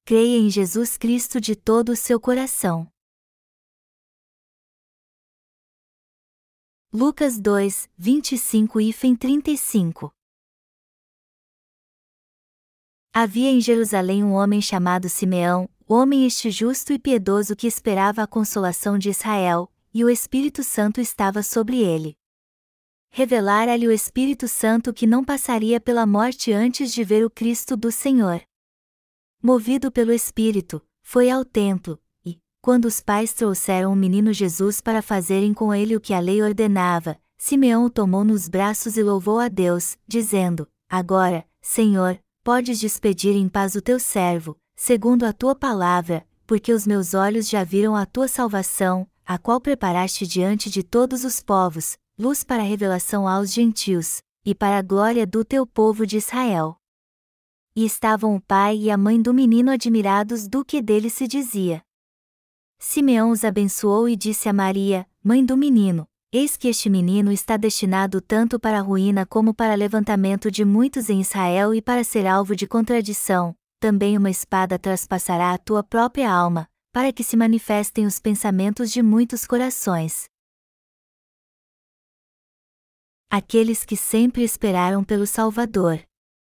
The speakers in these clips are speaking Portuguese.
Creia em Jesus Cristo de todo o seu coração. Lucas 2, 25 e 35. Havia em Jerusalém um homem chamado Simeão, homem este justo e piedoso que esperava a consolação de Israel, e o Espírito Santo estava sobre ele. Revelara-lhe o Espírito Santo que não passaria pela morte antes de ver o Cristo do Senhor. Movido pelo Espírito, foi ao templo, e, quando os pais trouxeram o menino Jesus para fazerem com ele o que a lei ordenava, Simeão o tomou nos braços e louvou a Deus, dizendo: Agora, Senhor, podes despedir em paz o teu servo, segundo a tua palavra, porque os meus olhos já viram a tua salvação, a qual preparaste diante de todos os povos, luz para a revelação aos gentios, e para a glória do teu povo de Israel. E estavam o pai e a mãe do menino admirados do que dele se dizia. Simeão os abençoou e disse a Maria, mãe do menino: Eis que este menino está destinado tanto para a ruína como para levantamento de muitos em Israel e para ser alvo de contradição, também uma espada traspassará a tua própria alma, para que se manifestem os pensamentos de muitos corações. Aqueles que sempre esperaram pelo Salvador.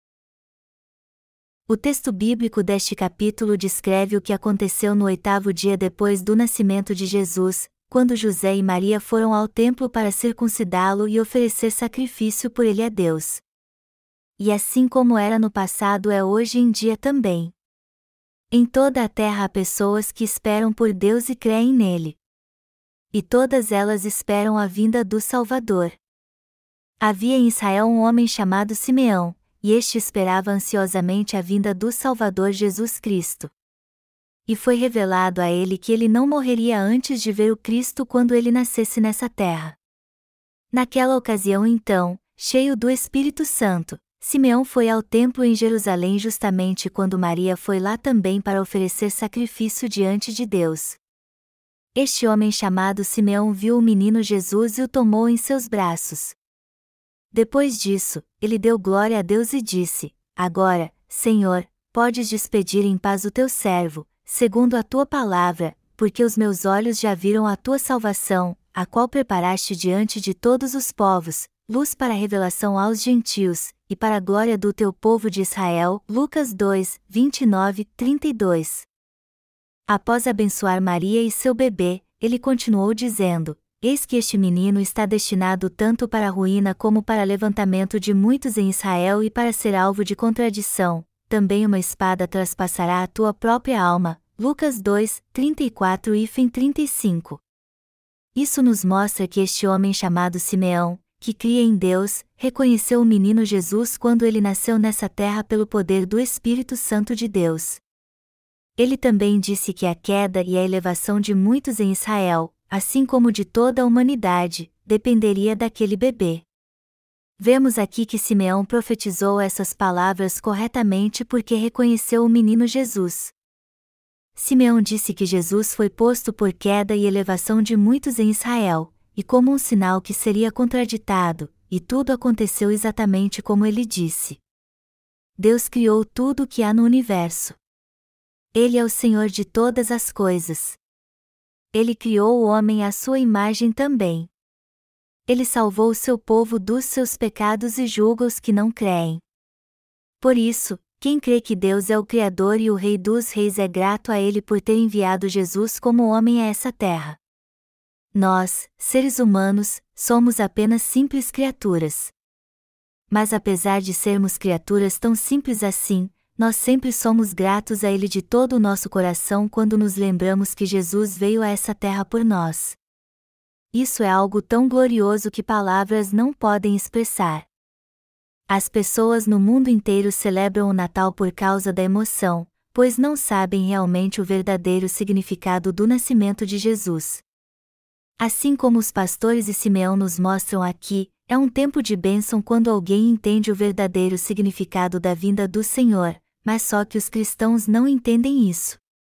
O texto bíblico deste capítulo descreve o que aconteceu no 8º dia depois do nascimento de Jesus, quando José e Maria foram ao templo para circuncidá-lo e oferecer sacrifício por ele a Deus. E assim como era no passado é hoje em dia também. Em toda a terra há pessoas que esperam por Deus e creem nele. E todas elas esperam a vinda do Salvador. Havia em Israel um homem chamado Simeão, e este esperava ansiosamente a vinda do Salvador Jesus Cristo. E foi revelado a ele que ele não morreria antes de ver o Cristo quando ele nascesse nessa terra. Naquela ocasião então, cheio do Espírito Santo, Simeão foi ao templo em Jerusalém justamente quando Maria foi lá também para oferecer sacrifício diante de Deus. Este homem chamado Simeão viu o menino Jesus e o tomou em seus braços. Depois disso, ele deu glória a Deus e disse: Agora, Senhor, podes despedir em paz o teu servo, segundo a tua palavra, porque os meus olhos já viram a tua salvação, a qual preparaste diante de todos os povos, luz para a revelação aos gentios, e para a glória do teu povo de Israel. Lucas 2, 29, 32. Após abençoar Maria e seu bebê, ele continuou dizendo: Eis que este menino está destinado tanto para a ruína como para levantamento de muitos em Israel e para ser alvo de contradição, também uma espada traspassará a tua própria alma. Lucas 2, 34 e 35. Isso nos mostra que este homem chamado Simeão, que cria em Deus, reconheceu o menino Jesus quando ele nasceu nessa terra pelo poder do Espírito Santo de Deus. Ele também disse que a queda e a elevação de muitos em Israel, assim como de toda a humanidade, dependeria daquele bebê. Vemos aqui que Simeão profetizou essas palavras corretamente porque reconheceu o menino Jesus. Simeão disse que Jesus foi posto por queda e elevação de muitos em Israel, e como um sinal que seria contraditado, e tudo aconteceu exatamente como ele disse. Deus criou tudo o que há no universo. Ele é o Senhor de todas as coisas. Ele criou o homem à sua imagem também. Ele salvou o seu povo dos seus pecados e julga os que não creem. Por isso, quem crê que Deus é o Criador e o Rei dos Reis é grato a Ele por ter enviado Jesus como homem a essa terra. Nós, seres humanos, somos apenas simples criaturas. Mas apesar de sermos criaturas tão simples assim, nós sempre somos gratos a Ele de todo o nosso coração quando nos lembramos que Jesus veio a essa terra por nós. Isso é algo tão glorioso que palavras não podem expressar. As pessoas no mundo inteiro celebram o Natal por causa da emoção, pois não sabem realmente o verdadeiro significado do nascimento de Jesus. Assim como os pastores e Simeão nos mostram aqui, é um tempo de bênção quando alguém entende o verdadeiro significado da vinda do Senhor, mas só que os cristãos não entendem isso.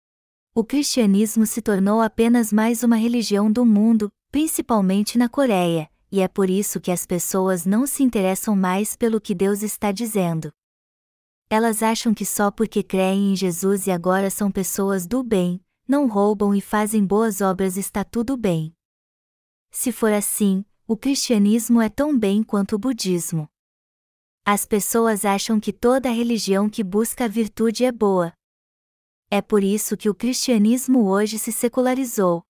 O cristianismo se tornou apenas mais uma religião do mundo, principalmente na Coreia, e é por isso que as pessoas não se interessam mais pelo que Deus está dizendo. Elas acham que só porque creem em Jesus e agora são pessoas do bem, não roubam e fazem boas obras está tudo bem. Se for assim, o cristianismo é tão bem quanto o budismo. As pessoas acham que toda religião que busca a virtude é boa. É por isso que o cristianismo hoje se secularizou.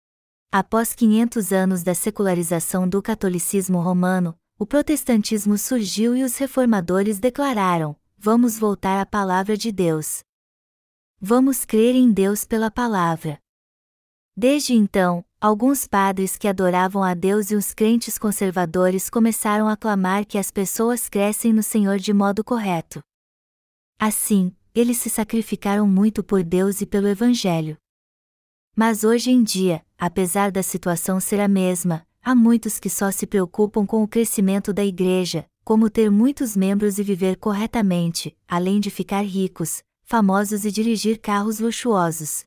Após 500 anos da secularização do catolicismo romano, o protestantismo surgiu e os reformadores declararam: vamos voltar à palavra de Deus. Vamos crer em Deus pela palavra. Desde então, alguns padres que adoravam a Deus e os crentes conservadores começaram a clamar que as pessoas crescem no Senhor de modo correto. Assim, eles se sacrificaram muito por Deus e pelo Evangelho. Mas hoje em dia, apesar da situação ser a mesma, há muitos que só se preocupam com o crescimento da igreja, como ter muitos membros e viver corretamente, além de ficar ricos, famosos e dirigir carros luxuosos.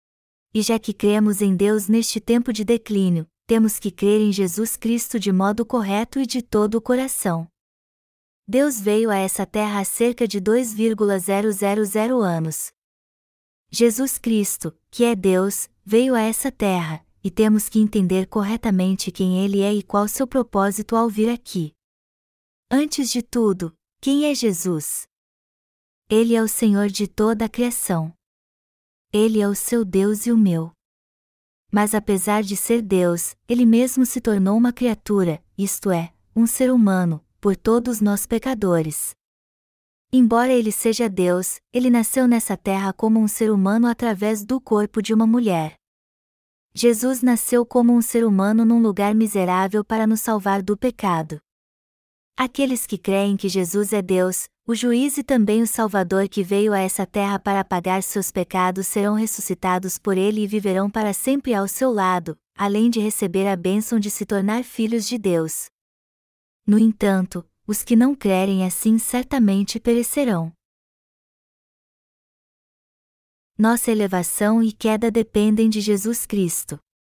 E já que cremos em Deus neste tempo de declínio, temos que crer em Jesus Cristo de modo correto e de todo o coração. Deus veio a essa terra há cerca de 2,000 anos. Jesus Cristo, que é Deus, veio a essa terra, e temos que entender corretamente quem Ele é e qual seu propósito ao vir aqui. Antes de tudo, quem é Jesus? Ele é o Senhor de toda a criação. Ele é o seu Deus e o meu. Mas apesar de ser Deus, Ele mesmo se tornou uma criatura, isto é, um ser humano, por todos nós pecadores. Embora Ele seja Deus, Ele nasceu nessa terra como um ser humano através do corpo de uma mulher. Jesus nasceu como um ser humano num lugar miserável para nos salvar do pecado. Aqueles que creem que Jesus é Deus, o juiz e também o Salvador que veio a essa terra para pagar seus pecados serão ressuscitados por Ele e viverão para sempre ao seu lado, além de receber a bênção de se tornar filhos de Deus. No entanto, os que não crerem assim certamente perecerão. Nossa elevação e queda dependem de Jesus Cristo.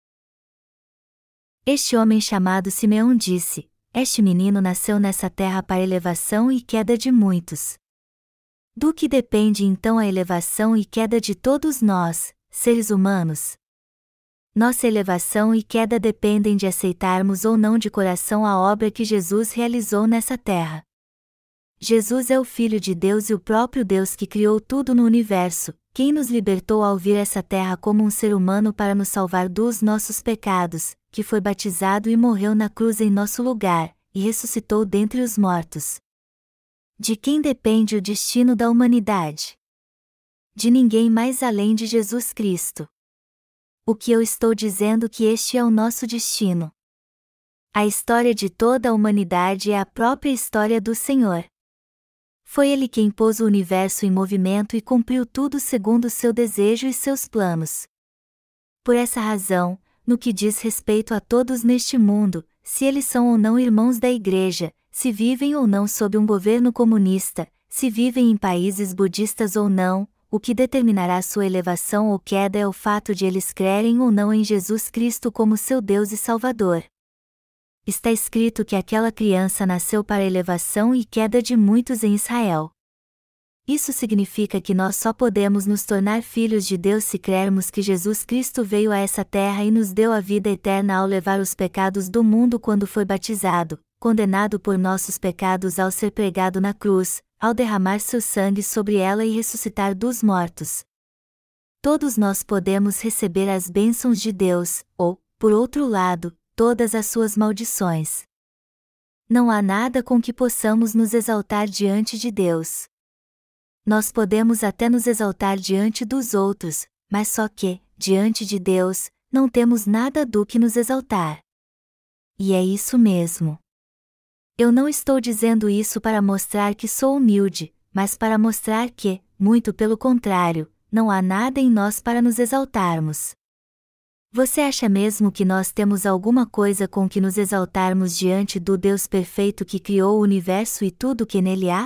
Este homem chamado Simeão disse: este menino nasceu nessa terra para elevação e queda de muitos. Do que depende então a elevação e queda de todos nós, seres humanos? Nossa elevação e queda dependem de aceitarmos ou não de coração a obra que Jesus realizou nessa terra. Jesus é o Filho de Deus e o próprio Deus que criou tudo no universo, quem nos libertou ao vir essa terra como um ser humano para nos salvar dos nossos pecados, que foi batizado e morreu na cruz em nosso lugar, e ressuscitou dentre os mortos. De quem depende o destino da humanidade? De ninguém mais além de Jesus Cristo. O que eu estou dizendo que este é o nosso destino. A história de toda a humanidade é a própria história do Senhor. Foi Ele quem pôs o universo em movimento e cumpriu tudo segundo seu desejo e seus planos. Por essa razão, no que diz respeito a todos neste mundo, se eles são ou não irmãos da Igreja, se vivem ou não sob um governo comunista, se vivem em países budistas ou não, o que determinará sua elevação ou queda é o fato de eles crerem ou não em Jesus Cristo como seu Deus e Salvador. Está escrito que aquela criança nasceu para a elevação e queda de muitos em Israel. Isso significa que nós só podemos nos tornar filhos de Deus se crermos que Jesus Cristo veio a essa terra e nos deu a vida eterna ao levar os pecados do mundo quando foi batizado, condenado por nossos pecados ao ser pregado na cruz, ao derramar seu sangue sobre ela e ressuscitar dos mortos. Todos nós podemos receber as bênçãos de Deus, ou, por outro lado, todas as suas maldições. Não há nada com que possamos nos exaltar diante de Deus. Nós podemos até nos exaltar diante dos outros, mas só que, diante de Deus, não temos nada do que nos exaltar. E é isso mesmo. Eu não estou dizendo isso para mostrar que sou humilde, mas para mostrar que, muito pelo contrário, não há nada em nós para nos exaltarmos. Você acha mesmo que nós temos alguma coisa com que nos exaltarmos diante do Deus perfeito que criou o universo e tudo o que nele há?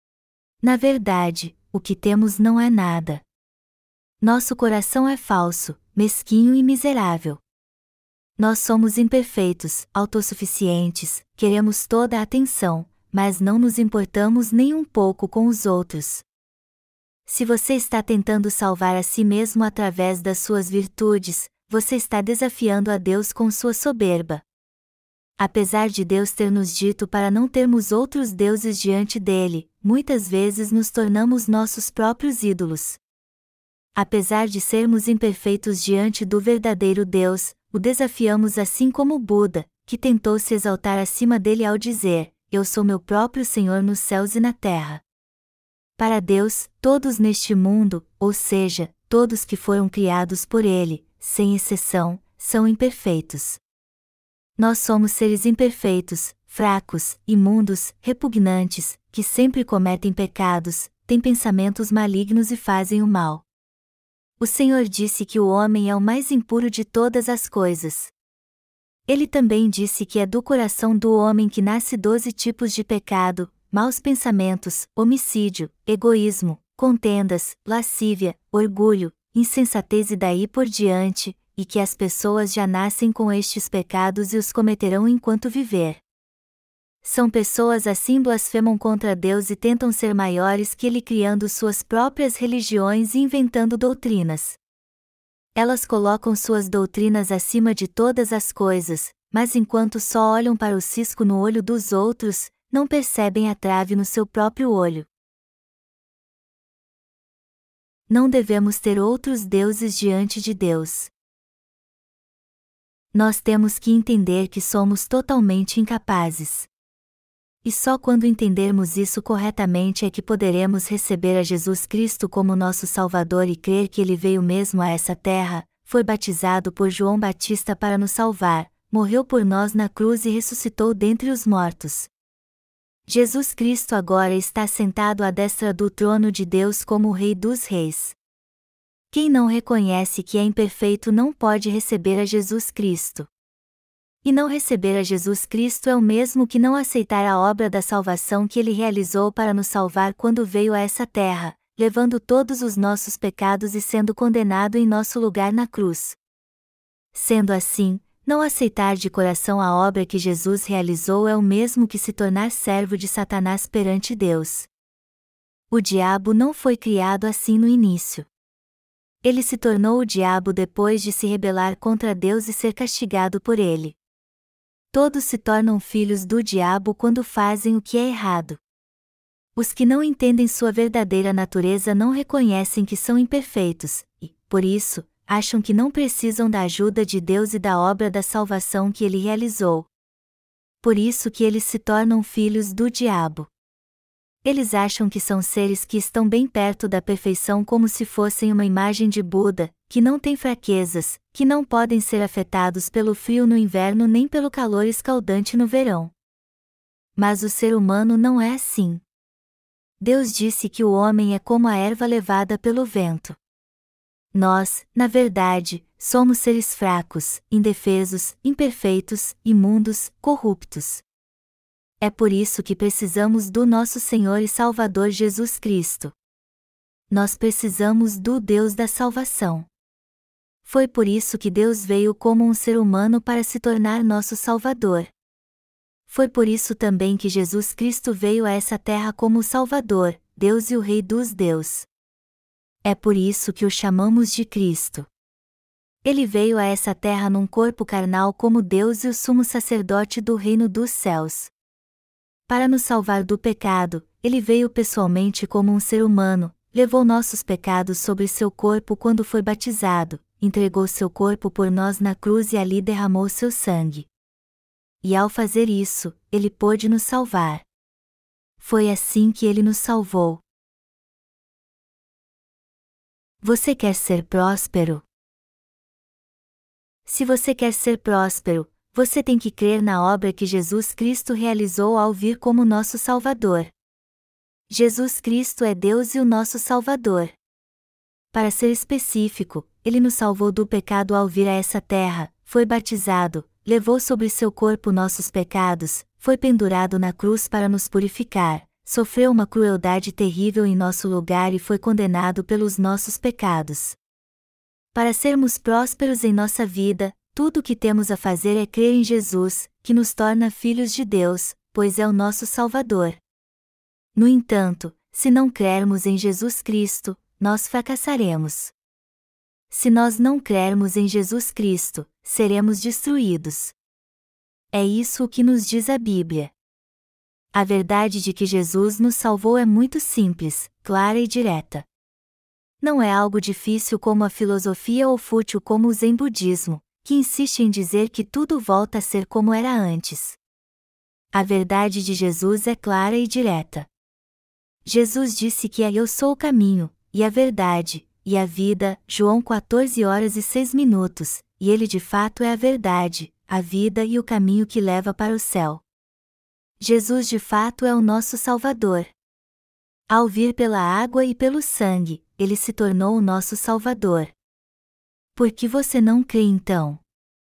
Na verdade, o que temos não é nada. Nosso coração é falso, mesquinho e miserável. Nós somos imperfeitos, autossuficientes, queremos toda a atenção, mas não nos importamos nem um pouco com os outros. Se você está tentando salvar a si mesmo através das suas virtudes, você está desafiando a Deus com sua soberba. Apesar de Deus ter nos dito para não termos outros deuses diante dele, muitas vezes nos tornamos nossos próprios ídolos. Apesar de sermos imperfeitos diante do verdadeiro Deus, o desafiamos assim como Buda, que tentou se exaltar acima dele ao dizer: eu sou meu próprio Senhor nos céus e na terra. Para Deus, todos neste mundo, ou seja, todos que foram criados por Ele, sem exceção, são imperfeitos. Nós somos seres imperfeitos, fracos, imundos, repugnantes, que sempre cometem pecados, têm pensamentos malignos e fazem o mal. O Senhor disse que o homem é o mais impuro de todas as coisas. Ele também disse que é do coração do homem que nasce 12 tipos de pecado: maus pensamentos, homicídio, egoísmo, contendas, lascívia, orgulho, insensatez e daí por diante, e que as pessoas já nascem com estes pecados e os cometerão enquanto viver. São pessoas assim blasfemam contra Deus e tentam ser maiores que Ele criando suas próprias religiões e inventando doutrinas. Elas colocam suas doutrinas acima de todas as coisas, mas enquanto só olham para o cisco no olho dos outros, não percebem a trave no seu próprio olho. Não devemos ter outros deuses diante de Deus. Nós temos que entender que somos totalmente incapazes. E só quando entendermos isso corretamente é que poderemos receber a Jesus Cristo como nosso Salvador e crer que Ele veio mesmo a essa terra, foi batizado por João Batista para nos salvar, morreu por nós na cruz e ressuscitou dentre os mortos. Jesus Cristo agora está sentado à destra do trono de Deus como o Rei dos Reis. Quem não reconhece que é imperfeito não pode receber a Jesus Cristo. E não receber a Jesus Cristo é o mesmo que não aceitar a obra da salvação que Ele realizou para nos salvar quando veio a essa terra, levando todos os nossos pecados e sendo condenado em nosso lugar na cruz. Sendo assim, não aceitar de coração a obra que Jesus realizou é o mesmo que se tornar servo de Satanás perante Deus. O diabo não foi criado assim no início. Ele se tornou o diabo depois de se rebelar contra Deus e ser castigado por ele. Todos se tornam filhos do diabo quando fazem o que é errado. Os que não entendem sua verdadeira natureza não reconhecem que são imperfeitos, e, por isso, acham que não precisam da ajuda de Deus e da obra da salvação que Ele realizou. Por isso que eles se tornam filhos do diabo. Eles acham que são seres que estão bem perto da perfeição como se fossem uma imagem de Buda, que não têm fraquezas, que não podem ser afetados pelo frio no inverno nem pelo calor escaldante no verão. Mas o ser humano não é assim. Deus disse que o homem é como a erva levada pelo vento. Nós, na verdade, somos seres fracos, indefesos, imperfeitos, imundos, corruptos. É por isso que precisamos do nosso Senhor e Salvador Jesus Cristo. Nós precisamos do Deus da salvação. Foi por isso que Deus veio como um ser humano para se tornar nosso Salvador. Foi por isso também que Jesus Cristo veio a essa terra como o Salvador, Deus e o Rei dos Deus. É por isso que o chamamos de Cristo. Ele veio a essa terra num corpo carnal como Deus e o sumo sacerdote do reino dos céus. Para nos salvar do pecado, Ele veio pessoalmente como um ser humano, levou nossos pecados sobre seu corpo quando foi batizado, entregou seu corpo por nós na cruz e ali derramou seu sangue. E ao fazer isso, Ele pôde nos salvar. Foi assim que Ele nos salvou. Você quer ser próspero? Se você quer ser próspero, você tem que crer na obra que Jesus Cristo realizou ao vir como nosso Salvador. Jesus Cristo é Deus e o nosso Salvador. Para ser específico, Ele nos salvou do pecado ao vir a essa terra, foi batizado, levou sobre seu corpo nossos pecados, foi pendurado na cruz para nos purificar, sofreu uma crueldade terrível em nosso lugar e foi condenado pelos nossos pecados. Para sermos prósperos em nossa vida, tudo o que temos a fazer é crer em Jesus, que nos torna filhos de Deus, pois é o nosso Salvador. No entanto, se não crermos em Jesus Cristo, nós fracassaremos. Se nós não crermos em Jesus Cristo, seremos destruídos. É isso o que nos diz a Bíblia. A verdade de que Jesus nos salvou é muito simples, clara e direta. Não é algo difícil como a filosofia ou fútil como o Zen budismo, que insiste em dizer que tudo volta a ser como era antes. A verdade de Jesus é clara e direta. Jesus disse que eu sou o caminho, e a verdade, e a vida, João 14h06, e ele de fato é a verdade, a vida e o caminho que leva para o céu. Jesus de fato é o nosso Salvador. Ao vir pela água e pelo sangue, ele se tornou o nosso Salvador. Por que você não crê então?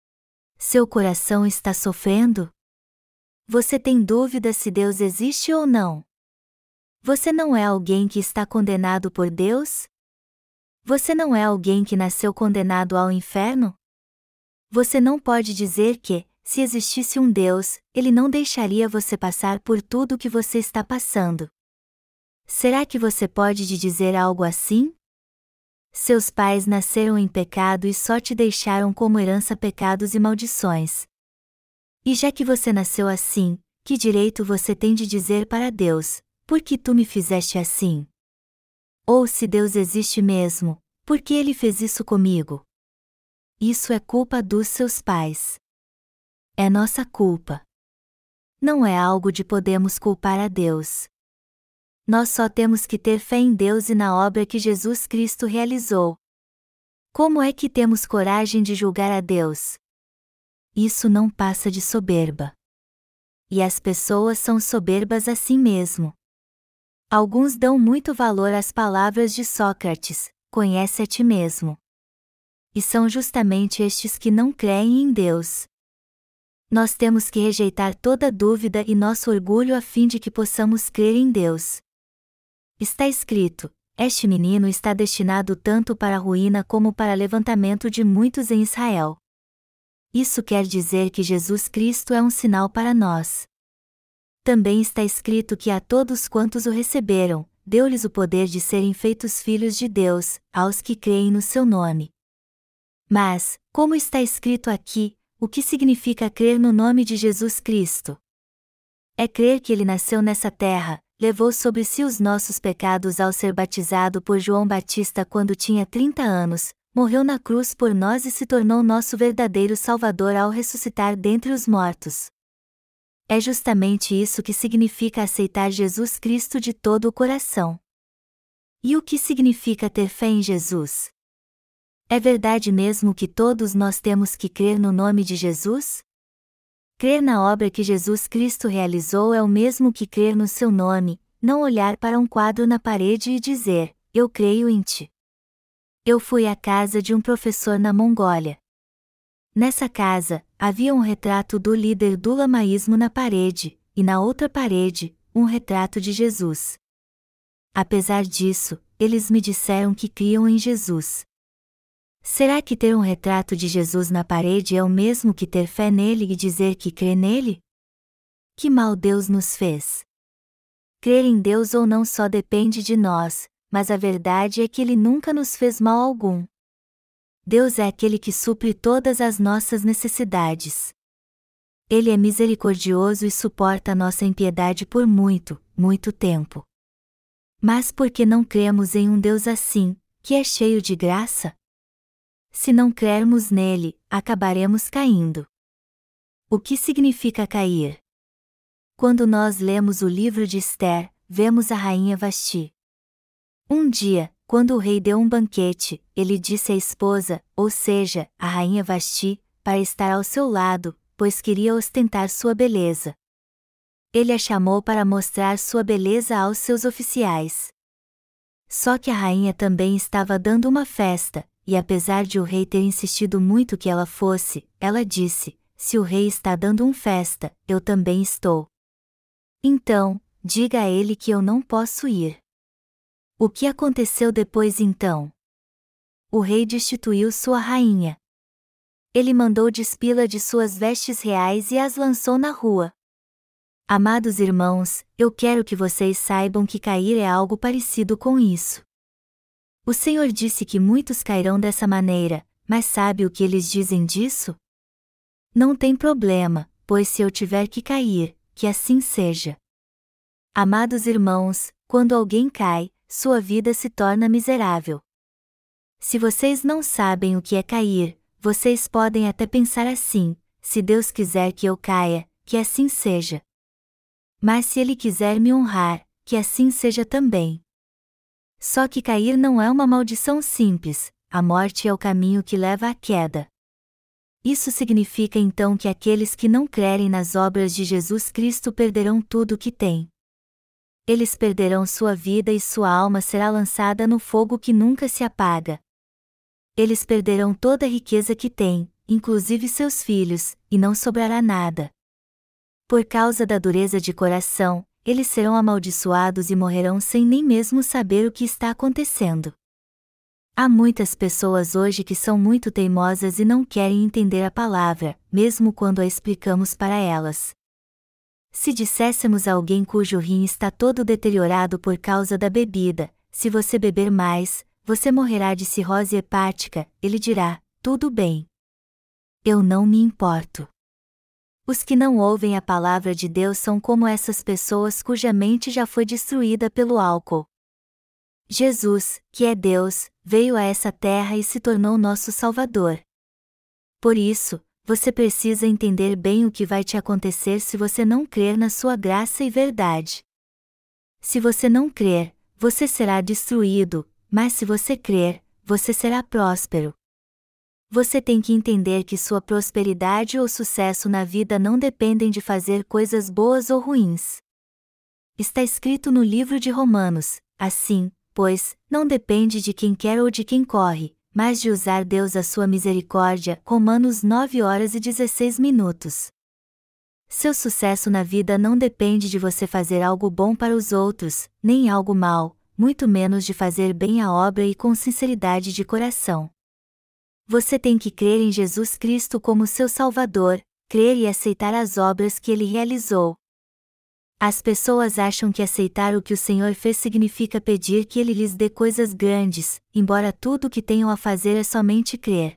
Seu coração está sofrendo? Você tem dúvida se Deus existe ou não? Você não é alguém que está condenado por Deus? Você não é alguém que nasceu condenado ao inferno? Você não pode dizer que, se existisse um Deus, ele não deixaria você passar por tudo o que você está passando. Será que você pode dizer algo assim? Seus pais nasceram em pecado e só te deixaram como herança pecados e maldições. E já que você nasceu assim, que direito você tem de dizer para Deus: por que tu me fizeste assim? Ou se Deus existe mesmo, por que ele fez isso comigo? Isso é culpa dos seus pais. É nossa culpa. Não é algo de podemos culpar a Deus. Nós só temos que ter fé em Deus e na obra que Jesus Cristo realizou. Como é que temos coragem de julgar a Deus? Isso não passa de soberba. E as pessoas são soberbas assim mesmo. Alguns dão muito valor às palavras de Sócrates: conhece a ti mesmo. E são justamente estes que não creem em Deus. Nós temos que rejeitar toda dúvida e nosso orgulho a fim de que possamos crer em Deus. Está escrito: este menino está destinado tanto para a ruína como para levantamento de muitos em Israel. Isso quer dizer que Jesus Cristo é um sinal para nós. Também está escrito que a todos quantos o receberam, deu-lhes o poder de serem feitos filhos de Deus, aos que creem no seu nome. Mas, como está escrito aqui, o que significa crer no nome de Jesus Cristo? É crer que ele nasceu nessa terra, levou sobre si os nossos pecados ao ser batizado por João Batista quando tinha 30 anos, morreu na cruz por nós e se tornou nosso verdadeiro Salvador ao ressuscitar dentre os mortos. É justamente isso que significa aceitar Jesus Cristo de todo o coração. E o que significa ter fé em Jesus? É verdade mesmo que todos nós temos que crer no nome de Jesus? Crer na obra que Jesus Cristo realizou é o mesmo que crer no seu nome, não olhar para um quadro na parede e dizer: eu creio em ti. Eu fui à casa de um professor na Mongólia. Nessa casa, havia um retrato do líder do lamaísmo na parede, e na outra parede, um retrato de Jesus. Apesar disso, eles me disseram que criam em Jesus. Será que ter um retrato de Jesus na parede é o mesmo que ter fé nele e dizer que crê nele? Que mal Deus nos fez! Crer em Deus ou não só depende de nós, mas a verdade é que ele nunca nos fez mal algum. Deus é aquele que supre todas as nossas necessidades. Ele é misericordioso e suporta a nossa impiedade por muito, muito tempo. Mas por que não cremos em um Deus assim, que é cheio de graça? Se não crermos nele, acabaremos caindo. O que significa cair? Quando nós lemos o livro de Esther, vemos a rainha Vasti. Um dia, quando o rei deu um banquete, ele disse à esposa, ou seja, a rainha Vasti, para estar ao seu lado, pois queria ostentar sua beleza. Ele a chamou para mostrar sua beleza aos seus oficiais. Só que a rainha também estava dando uma festa, e apesar de o rei ter insistido muito que ela fosse, ela disse: se o rei está dando uma festa, eu também estou. Então, diga a ele que eu não posso ir. O que aconteceu depois então? O rei destituiu sua rainha. Ele mandou despila de suas vestes reais e as lançou na rua. Amados irmãos, eu quero que vocês saibam que cair é algo parecido com isso. O Senhor disse que muitos cairão dessa maneira, mas sabe o que eles dizem disso? Não tem problema, pois se eu tiver que cair, que assim seja. Amados irmãos, quando alguém cai, sua vida se torna miserável. Se vocês não sabem o que é cair, vocês podem até pensar assim: se Deus quiser que eu caia, que assim seja. Mas se Ele quiser me honrar, que assim seja também. Só que cair não é uma maldição simples, a morte é o caminho que leva à queda. Isso significa então que aqueles que não crerem nas obras de Jesus Cristo perderão tudo o que têm. Eles perderão sua vida e sua alma será lançada no fogo que nunca se apaga. Eles perderão toda a riqueza que têm, inclusive seus filhos, e não sobrará nada. Por causa da dureza de coração, eles serão amaldiçoados e morrerão sem nem mesmo saber o que está acontecendo. Há muitas pessoas hoje que são muito teimosas e não querem entender a palavra, mesmo quando a explicamos para elas. Se disséssemos a alguém cujo rim está todo deteriorado por causa da bebida: se você beber mais, você morrerá de cirrose hepática, ele dirá: tudo bem. Eu não me importo. Os que não ouvem a palavra de Deus são como essas pessoas cuja mente já foi destruída pelo álcool. Jesus, que é Deus, veio a essa terra e se tornou nosso Salvador. Por isso, você precisa entender bem o que vai te acontecer se você não crer na sua graça e verdade. Se você não crer, você será destruído, mas se você crer, você será próspero. Você tem que entender que sua prosperidade ou sucesso na vida não dependem de fazer coisas boas ou ruins. Está escrito no livro de Romanos: assim, pois, não depende de quem quer ou de quem corre, mas de usar Deus a sua misericórdia. Romanos 9h16. Seu sucesso na vida não depende de você fazer algo bom para os outros, nem algo mal, muito menos de fazer bem a obra e com sinceridade de coração. Você tem que crer em Jesus Cristo como seu Salvador, crer e aceitar as obras que Ele realizou. As pessoas acham que aceitar o que o Senhor fez significa pedir que Ele lhes dê coisas grandes, embora tudo o que tenham a fazer é somente crer.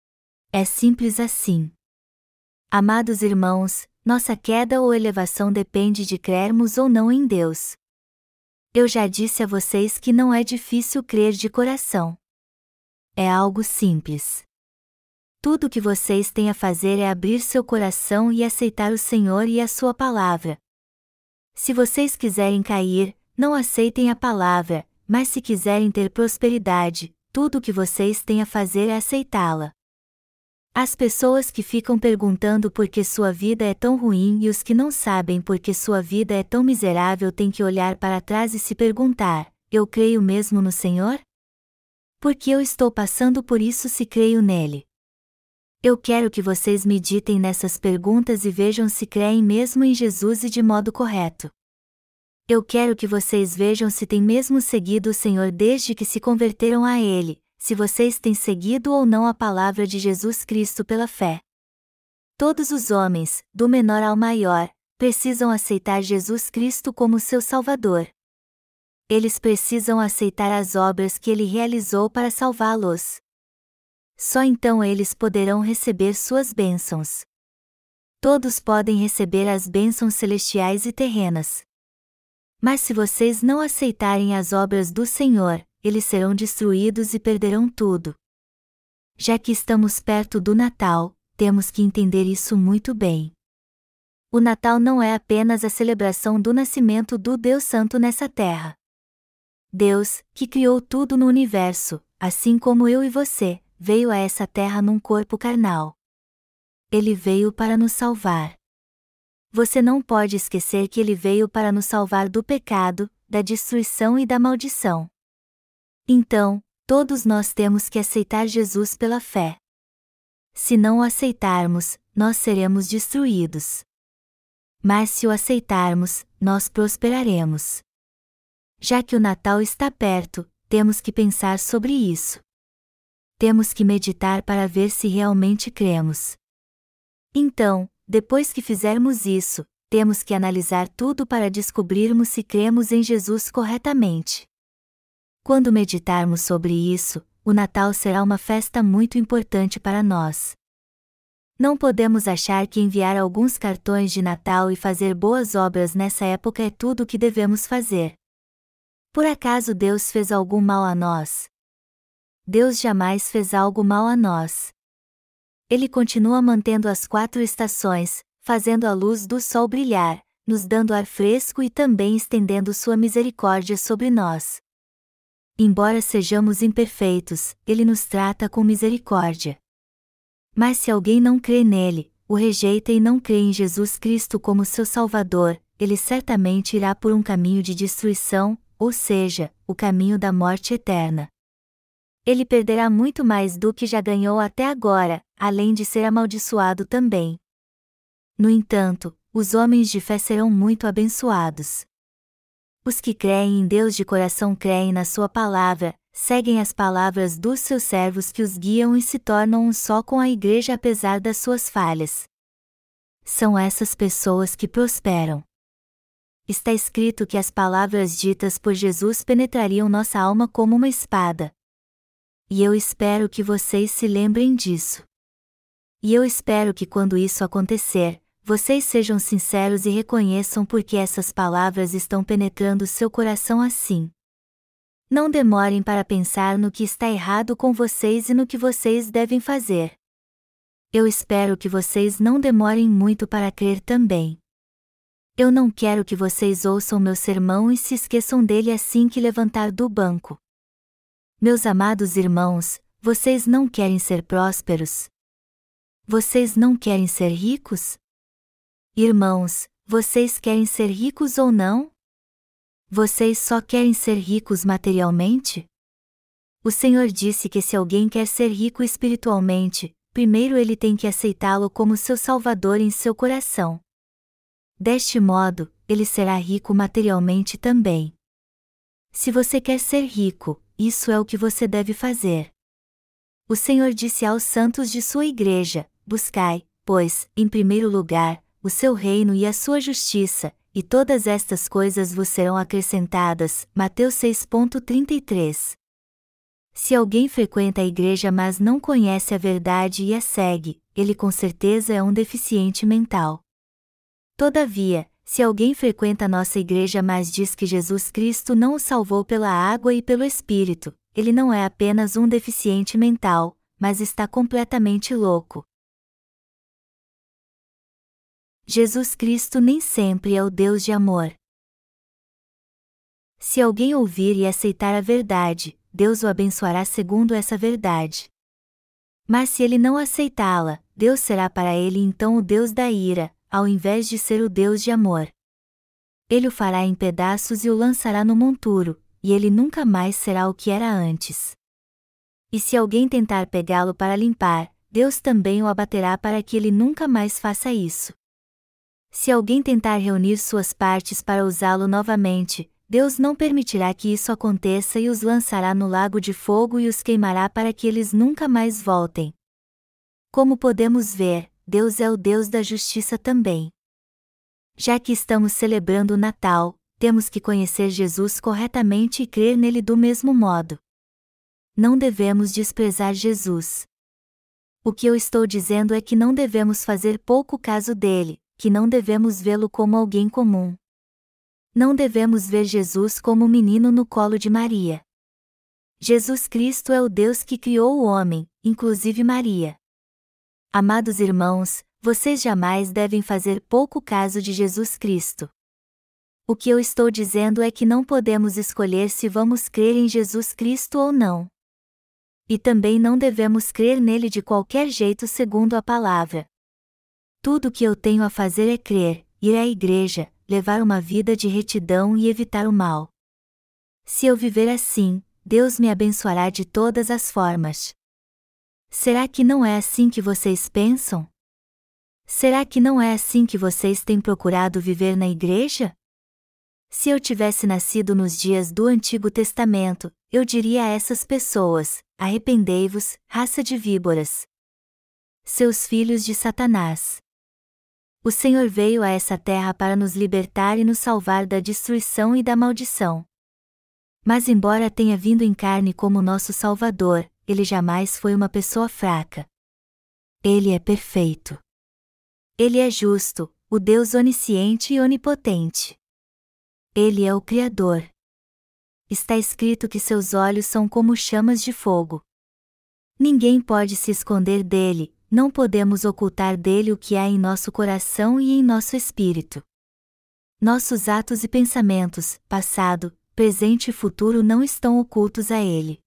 É simples assim. Amados irmãos, nossa queda ou elevação depende de crermos ou não em Deus. Eu já disse a vocês que não é difícil crer de coração. É algo simples. Tudo o que vocês têm a fazer é abrir seu coração e aceitar o Senhor e a sua palavra. Se vocês quiserem cair, não aceitem a palavra, mas se quiserem ter prosperidade, tudo o que vocês têm a fazer é aceitá-la. As pessoas que ficam perguntando por que sua vida é tão ruim e os que não sabem por que sua vida é tão miserável têm que olhar para trás e se perguntar: eu creio mesmo no Senhor? Por que eu estou passando por isso se creio nele? Eu quero que vocês meditem nessas perguntas e vejam se creem mesmo em Jesus e de modo correto. Eu quero que vocês vejam se têm mesmo seguido o Senhor desde que se converteram a Ele, se vocês têm seguido ou não a palavra de Jesus Cristo pela fé. Todos os homens, do menor ao maior, precisam aceitar Jesus Cristo como seu Salvador. Eles precisam aceitar as obras que Ele realizou para salvá-los. Só então eles poderão receber suas bênçãos. Todos podem receber as bênçãos celestiais e terrenas. Mas se vocês não aceitarem as obras do Senhor, eles serão destruídos e perderão tudo. Já que estamos perto do Natal, temos que entender isso muito bem. O Natal não é apenas a celebração do nascimento do Deus Santo nessa terra. Deus, que criou tudo no universo, assim como eu e você, veio a essa terra num corpo carnal. Ele veio para nos salvar. Você não pode esquecer que Ele veio para nos salvar do pecado, da destruição e da maldição. Então, todos nós temos que aceitar Jesus pela fé. Se não o aceitarmos, nós seremos destruídos. Mas se o aceitarmos, nós prosperaremos. Já que o Natal está perto, temos que pensar sobre isso. Temos que meditar para ver se realmente cremos. Então, depois que fizermos isso, temos que analisar tudo para descobrirmos se cremos em Jesus corretamente. Quando meditarmos sobre isso, o Natal será uma festa muito importante para nós. Não podemos achar que enviar alguns cartões de Natal e fazer boas obras nessa época é tudo o que devemos fazer. Por acaso Deus fez algum mal a nós? Deus jamais fez algo mal a nós. Ele continua mantendo as 4 estações, fazendo a luz do sol brilhar, nos dando ar fresco e também estendendo sua misericórdia sobre nós. Embora sejamos imperfeitos, Ele nos trata com misericórdia. Mas se alguém não crê nele, o rejeita e não crê em Jesus Cristo como seu Salvador, ele certamente irá por um caminho de destruição, ou seja, o caminho da morte eterna. Ele perderá muito mais do que já ganhou até agora, além de ser amaldiçoado também. No entanto, os homens de fé serão muito abençoados. Os que creem em Deus de coração creem na sua palavra, seguem as palavras dos seus servos que os guiam e se tornam um só com a igreja apesar das suas falhas. São essas pessoas que prosperam. Está escrito que as palavras ditas por Jesus penetrariam nossa alma como uma espada. E eu espero que vocês se lembrem disso. E eu espero que quando isso acontecer, vocês sejam sinceros e reconheçam porque essas palavras estão penetrando seu coração assim. Não demorem para pensar no que está errado com vocês e no que vocês devem fazer. Eu espero que vocês não demorem muito para crer também. Eu não quero que vocês ouçam meu sermão e se esqueçam dele assim que levantar do banco. Meus amados irmãos, vocês não querem ser prósperos? Vocês não querem ser ricos? Irmãos, vocês querem ser ricos ou não? Vocês só querem ser ricos materialmente? O Senhor disse que se alguém quer ser rico espiritualmente, primeiro ele tem que aceitá-lo como seu Salvador em seu coração. Deste modo, ele será rico materialmente também. Se você quer ser rico, isso é o que você deve fazer. O Senhor disse aos santos de sua igreja: buscai, pois, em primeiro lugar, o seu reino e a sua justiça, e todas estas coisas vos serão acrescentadas. Mateus 6,33. Se alguém frequenta a igreja mas não conhece a verdade e a segue, ele com certeza é um deficiente mental. Todavia, se alguém frequenta nossa igreja mas diz que Jesus Cristo não o salvou pela água e pelo Espírito, ele não é apenas um deficiente mental, mas está completamente louco. Jesus Cristo nem sempre é o Deus de amor. Se alguém ouvir e aceitar a verdade, Deus o abençoará segundo essa verdade. Mas se ele não aceitá-la, Deus será para ele então o Deus da ira, ao invés de ser o Deus de amor. Ele o fará em pedaços e o lançará no monturo, e ele nunca mais será o que era antes. E se alguém tentar pegá-lo para limpar, Deus também o abaterá para que ele nunca mais faça isso. Se alguém tentar reunir suas partes para usá-lo novamente, Deus não permitirá que isso aconteça e os lançará no lago de fogo e os queimará para que eles nunca mais voltem. Como podemos ver, Deus é o Deus da justiça também. Já que estamos celebrando o Natal, temos que conhecer Jesus corretamente e crer nele do mesmo modo. Não devemos desprezar Jesus. O que eu estou dizendo é que não devemos fazer pouco caso dele, que não devemos vê-lo como alguém comum. Não devemos ver Jesus como um menino no colo de Maria. Jesus Cristo é o Deus que criou o homem, inclusive Maria. Amados irmãos, vocês jamais devem fazer pouco caso de Jesus Cristo. O que eu estou dizendo é que não podemos escolher se vamos crer em Jesus Cristo ou não. E também não devemos crer nele de qualquer jeito segundo a palavra. Tudo o que eu tenho a fazer é crer, ir à igreja, levar uma vida de retidão e evitar o mal. Se eu viver assim, Deus me abençoará de todas as formas. Será que não é assim que vocês pensam? Será que não é assim que vocês têm procurado viver na igreja? Se eu tivesse nascido nos dias do Antigo Testamento, eu diria a essas pessoas: arrependei-vos, raça de víboras. Seus filhos de Satanás. O Senhor veio a essa terra para nos libertar e nos salvar da destruição e da maldição. Mas embora tenha vindo em carne como nosso Salvador, ele jamais foi uma pessoa fraca. Ele é perfeito. Ele é justo, o Deus onisciente e onipotente. Ele é o Criador. Está escrito que seus olhos são como chamas de fogo. Ninguém pode se esconder dele, não podemos ocultar dele o que há em nosso coração e em nosso espírito. Nossos atos e pensamentos, passado, presente e futuro não estão ocultos a ele.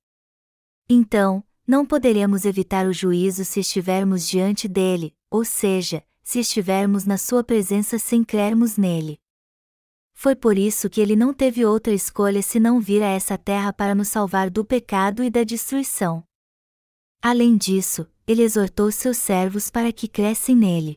Então, não poderemos evitar o juízo se estivermos diante dele, ou seja, se estivermos na sua presença sem crermos nele. Foi por isso que ele não teve outra escolha senão vir a essa terra para nos salvar do pecado e da destruição. Além disso, ele exortou seus servos para que crescem nele.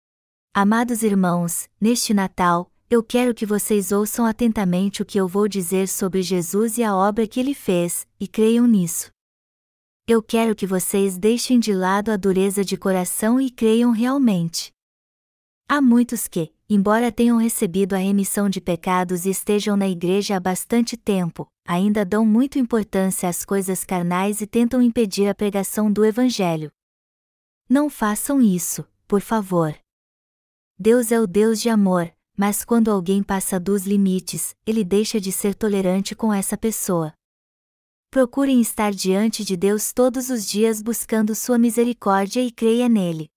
Amados irmãos, neste Natal, eu quero que vocês ouçam atentamente o que eu vou dizer sobre Jesus e a obra que ele fez, e creiam nisso. Eu quero que vocês deixem de lado a dureza de coração e creiam realmente. Há muitos que, embora tenham recebido a remissão de pecados e estejam na igreja há bastante tempo, ainda dão muita importância às coisas carnais e tentam impedir a pregação do Evangelho. Não façam isso, por favor. Deus é o Deus de amor, mas quando alguém passa dos limites, ele deixa de ser tolerante com essa pessoa. Procurem estar diante de Deus todos os dias buscando sua misericórdia e creia nele.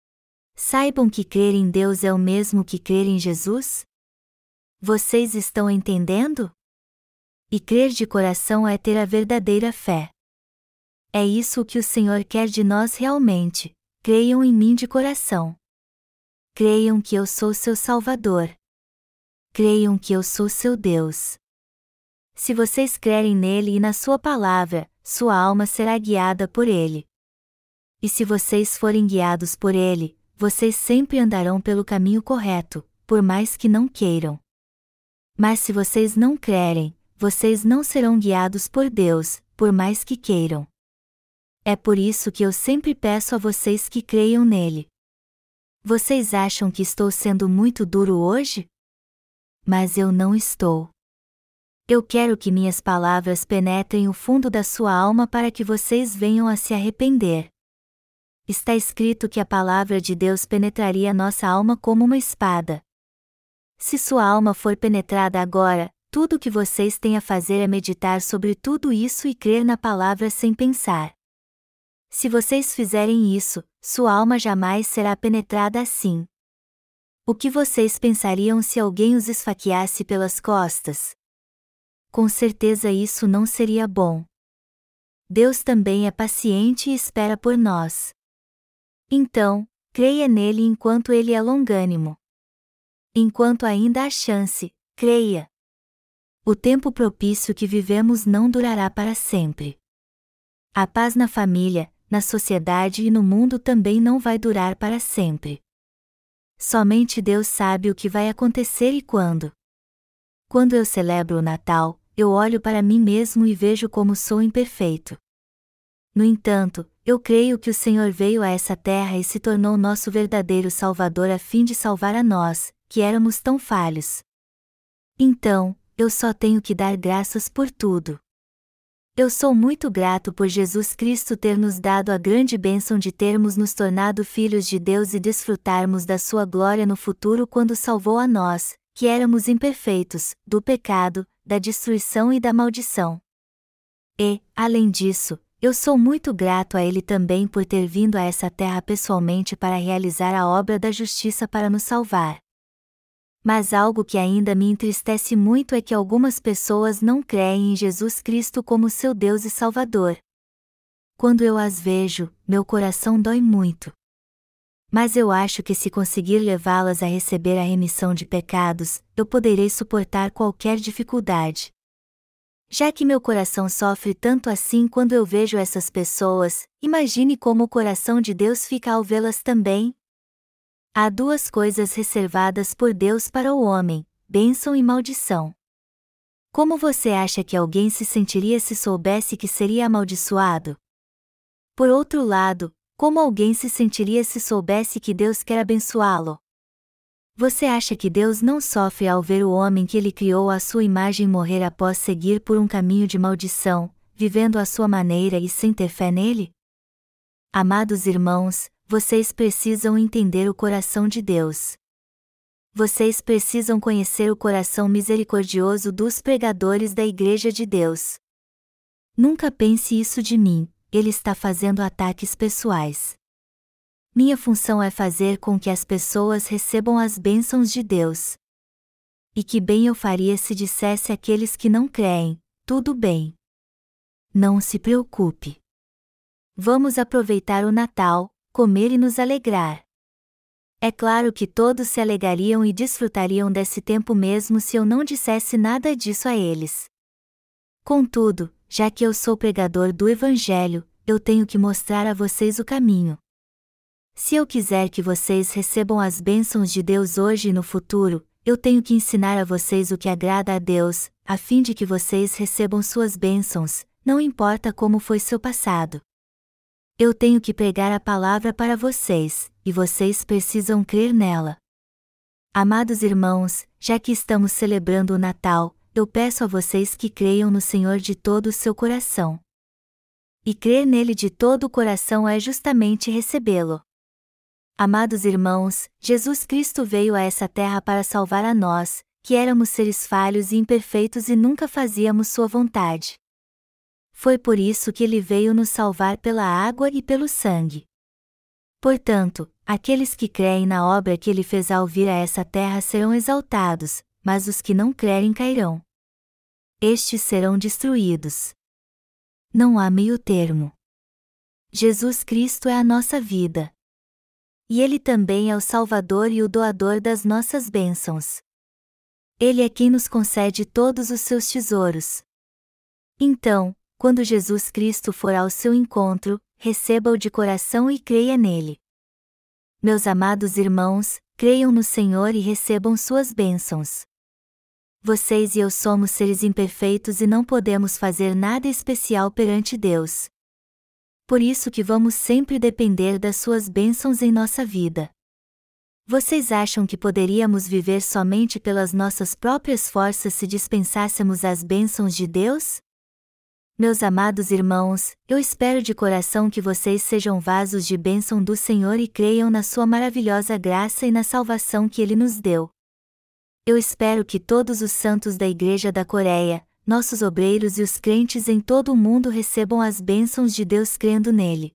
Saibam que crer em Deus é o mesmo que crer em Jesus? Vocês estão entendendo? E crer de coração é ter a verdadeira fé. É isso o que o Senhor quer de nós realmente. Creiam em mim de coração. Creiam que eu sou seu Salvador. Creiam que eu sou seu Deus. Se vocês crerem nele e na sua palavra, sua alma será guiada por ele. E se vocês forem guiados por ele, vocês sempre andarão pelo caminho correto, por mais que não queiram. Mas se vocês não crerem, vocês não serão guiados por Deus, por mais que queiram. É por isso que eu sempre peço a vocês que creiam nele. Vocês acham que estou sendo muito duro hoje? Mas eu não estou. Eu quero que minhas palavras penetrem o fundo da sua alma para que vocês venham a se arrepender. Está escrito que a palavra de Deus penetraria nossa alma como uma espada. Se sua alma for penetrada agora, tudo o que vocês têm a fazer é meditar sobre tudo isso e crer na palavra sem pensar. Se vocês fizerem isso, sua alma jamais será penetrada assim. O que vocês pensariam se alguém os esfaqueasse pelas costas? Com certeza isso não seria bom. Deus também é paciente e espera por nós. Então, creia nele enquanto ele é longânimo. Enquanto ainda há chance, creia. O tempo propício que vivemos não durará para sempre. A paz na família, na sociedade e no mundo também não vai durar para sempre. Somente Deus sabe o que vai acontecer e quando. Quando eu celebro o Natal, eu olho para mim mesmo e vejo como sou imperfeito. No entanto, eu creio que o Senhor veio a essa terra e se tornou nosso verdadeiro Salvador a fim de salvar a nós, que éramos tão falhos. Então, eu só tenho que dar graças por tudo. Eu sou muito grato por Jesus Cristo ter nos dado a grande bênção de termos nos tornado filhos de Deus e desfrutarmos da sua glória no futuro quando salvou a nós, que éramos imperfeitos, do pecado, da destruição e da maldição. E, além disso, eu sou muito grato a Ele também por ter vindo a essa terra pessoalmente para realizar a obra da justiça para nos salvar. Mas algo que ainda me entristece muito é que algumas pessoas não creem em Jesus Cristo como seu Deus e Salvador. Quando eu as vejo, meu coração dói muito. Mas eu acho que se conseguir levá-las a receber a remissão de pecados, eu poderei suportar qualquer dificuldade. Já que meu coração sofre tanto assim quando eu vejo essas pessoas, imagine como o coração de Deus fica ao vê-las também. Há duas coisas reservadas por Deus para o homem: bênção e maldição. Como você acha que alguém se sentiria se soubesse que seria amaldiçoado? Por outro lado, como alguém se sentiria se soubesse que Deus quer abençoá-lo? Você acha que Deus não sofre ao ver o homem que Ele criou à sua imagem morrer após seguir por um caminho de maldição, vivendo à sua maneira e sem ter fé nele? Amados irmãos, vocês precisam entender o coração de Deus. Vocês precisam conhecer o coração misericordioso dos pregadores da Igreja de Deus. Nunca pense isso de mim, ele está fazendo ataques pessoais. Minha função é fazer com que as pessoas recebam as bênçãos de Deus. E que bem eu faria se dissesse àqueles que não creem: tudo bem. Não se preocupe. Vamos aproveitar o Natal, comer e nos alegrar. É claro que todos se alegrariam e desfrutariam desse tempo mesmo se eu não dissesse nada disso a eles. Contudo, já que eu sou pregador do Evangelho, eu tenho que mostrar a vocês o caminho. Se eu quiser que vocês recebam as bênçãos de Deus hoje e no futuro, eu tenho que ensinar a vocês o que agrada a Deus, a fim de que vocês recebam suas bênçãos, não importa como foi seu passado. Eu tenho que pregar a palavra para vocês, e vocês precisam crer nela. Amados irmãos, já que estamos celebrando o Natal, eu peço a vocês que creiam no Senhor de todo o seu coração. E crer nele de todo o coração é justamente recebê-lo. Amados irmãos, Jesus Cristo veio a essa terra para salvar a nós, que éramos seres falhos e imperfeitos e nunca fazíamos sua vontade. Foi por isso que ele veio nos salvar pela água e pelo sangue. Portanto, aqueles que creem na obra que ele fez ao vir a essa terra serão exaltados, mas os que não crerem cairão. Estes serão destruídos. Não há meio termo. Jesus Cristo é a nossa vida. E Ele também é o Salvador e o doador das nossas bênçãos. Ele é quem nos concede todos os seus tesouros. Então, quando Jesus Cristo for ao seu encontro, receba-o de coração e creia nele. Meus amados irmãos, creiam no Senhor e recebam suas bênçãos. Vocês e eu somos seres imperfeitos e não podemos fazer nada especial perante Deus. Por isso que vamos sempre depender das suas bênçãos em nossa vida. Vocês acham que poderíamos viver somente pelas nossas próprias forças se dispensássemos as bênçãos de Deus? Meus amados irmãos, eu espero de coração que vocês sejam vasos de bênção do Senhor e creiam na sua maravilhosa graça e na salvação que Ele nos deu. Eu espero que todos os santos da Igreja da Coreia, nossos obreiros e os crentes em todo o mundo recebam as bênçãos de Deus crendo nele.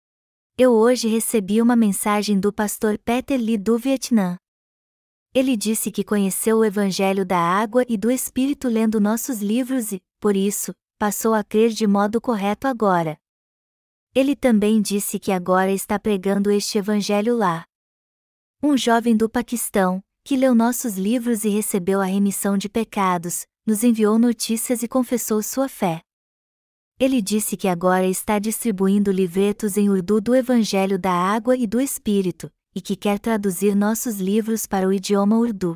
Eu hoje recebi uma mensagem do pastor Peter Lee do Vietnã. Ele disse que conheceu o Evangelho da Água e do Espírito lendo nossos livros e, por isso, passou a crer de modo correto agora. Ele também disse que agora está pregando este Evangelho lá. Um jovem do Paquistão, que leu nossos livros e recebeu a remissão de pecados, nos enviou notícias e confessou sua fé. Ele disse que agora está distribuindo livretos em urdu do Evangelho da Água e do Espírito, e que quer traduzir nossos livros para o idioma urdu.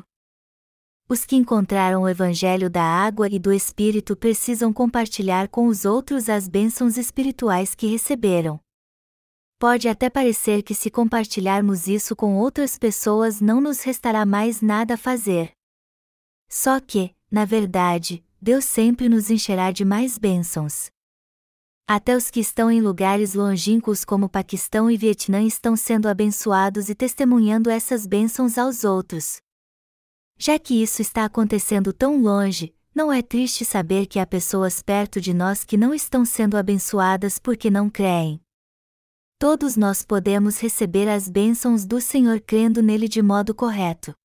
Os que encontraram o Evangelho da Água e do Espírito precisam compartilhar com os outros as bênçãos espirituais que receberam. Pode até parecer que se compartilharmos isso com outras pessoas não nos restará mais nada a fazer. Só que, na verdade, Deus sempre nos encherá de mais bênçãos. Até os que estão em lugares longínquos como Paquistão e Vietnã estão sendo abençoados e testemunhando essas bênçãos aos outros. Já que isso está acontecendo tão longe, não é triste saber que há pessoas perto de nós que não estão sendo abençoadas porque não creem? Todos nós podemos receber as bênçãos do Senhor crendo nele de modo correto.